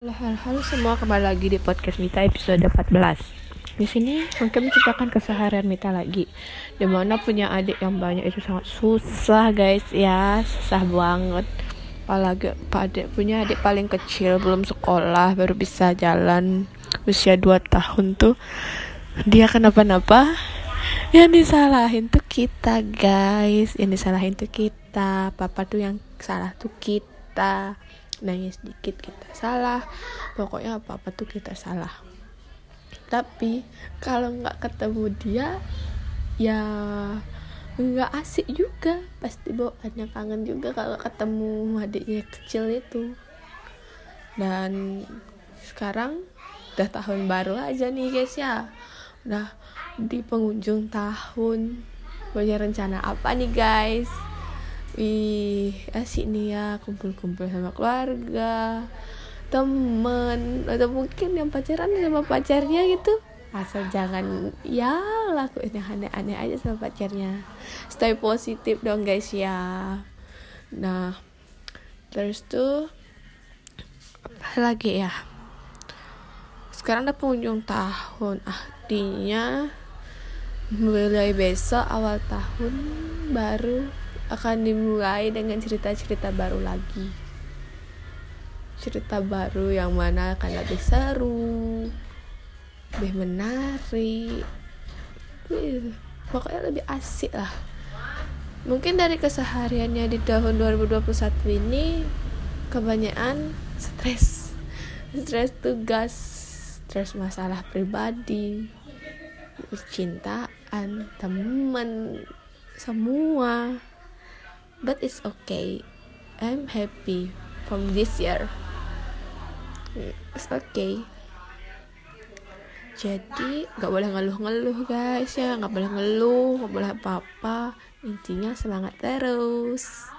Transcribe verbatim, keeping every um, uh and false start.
Halo semua, kembali lagi di podcast Mita episode empat belas. Di sini mungkin menceritakan keseharian Mita lagi. Dimana punya adik yang banyak itu sangat susah guys ya, susah banget. Apalagi Pak adik punya adik paling kecil, belum sekolah, baru bisa jalan, usia dua tahun tuh. Dia kenapa-napa, yang disalahin tuh kita guys, yang disalahin tuh kita. Papa tuh yang salah tuh kita. Nangis dikit kita salah, pokoknya apa-apa tuh kita salah. Tapi kalau nggak ketemu dia ya nggak asik juga, pasti bawaannya kangen juga kalau ketemu adiknya kecil itu. Dan sekarang udah tahun baru aja nih guys ya, udah di penghujung tahun. Punya rencana apa nih guys? Wih, asik nih ya, kumpul-kumpul sama keluarga, temen, atau mungkin yang pacaran sama pacarnya gitu. Asal jangan ya lakuin yang aneh-aneh aja sama pacarnya. Stay positif dong guys ya. Nah, terus tuh apa lagi ya? Sekarang udah penghujung tahun, artinya mulai besok awal tahun baru akan dimulai dengan cerita-cerita baru lagi. Cerita baru yang mana akan lebih seru, lebih menarik, pokoknya lebih asik lah. Mungkin dari kesehariannya di tahun dua ribu dua puluh satu ini kebanyakan stres. Stres tugas, stres masalah pribadi, percintaan, teman, semua. But it's okay. I'm happy from this year. It's okay. Jadi gak boleh ngeluh-ngeluh guys ya, gak boleh ngeluh, gak boleh apa-apa. Intinya semangat terus.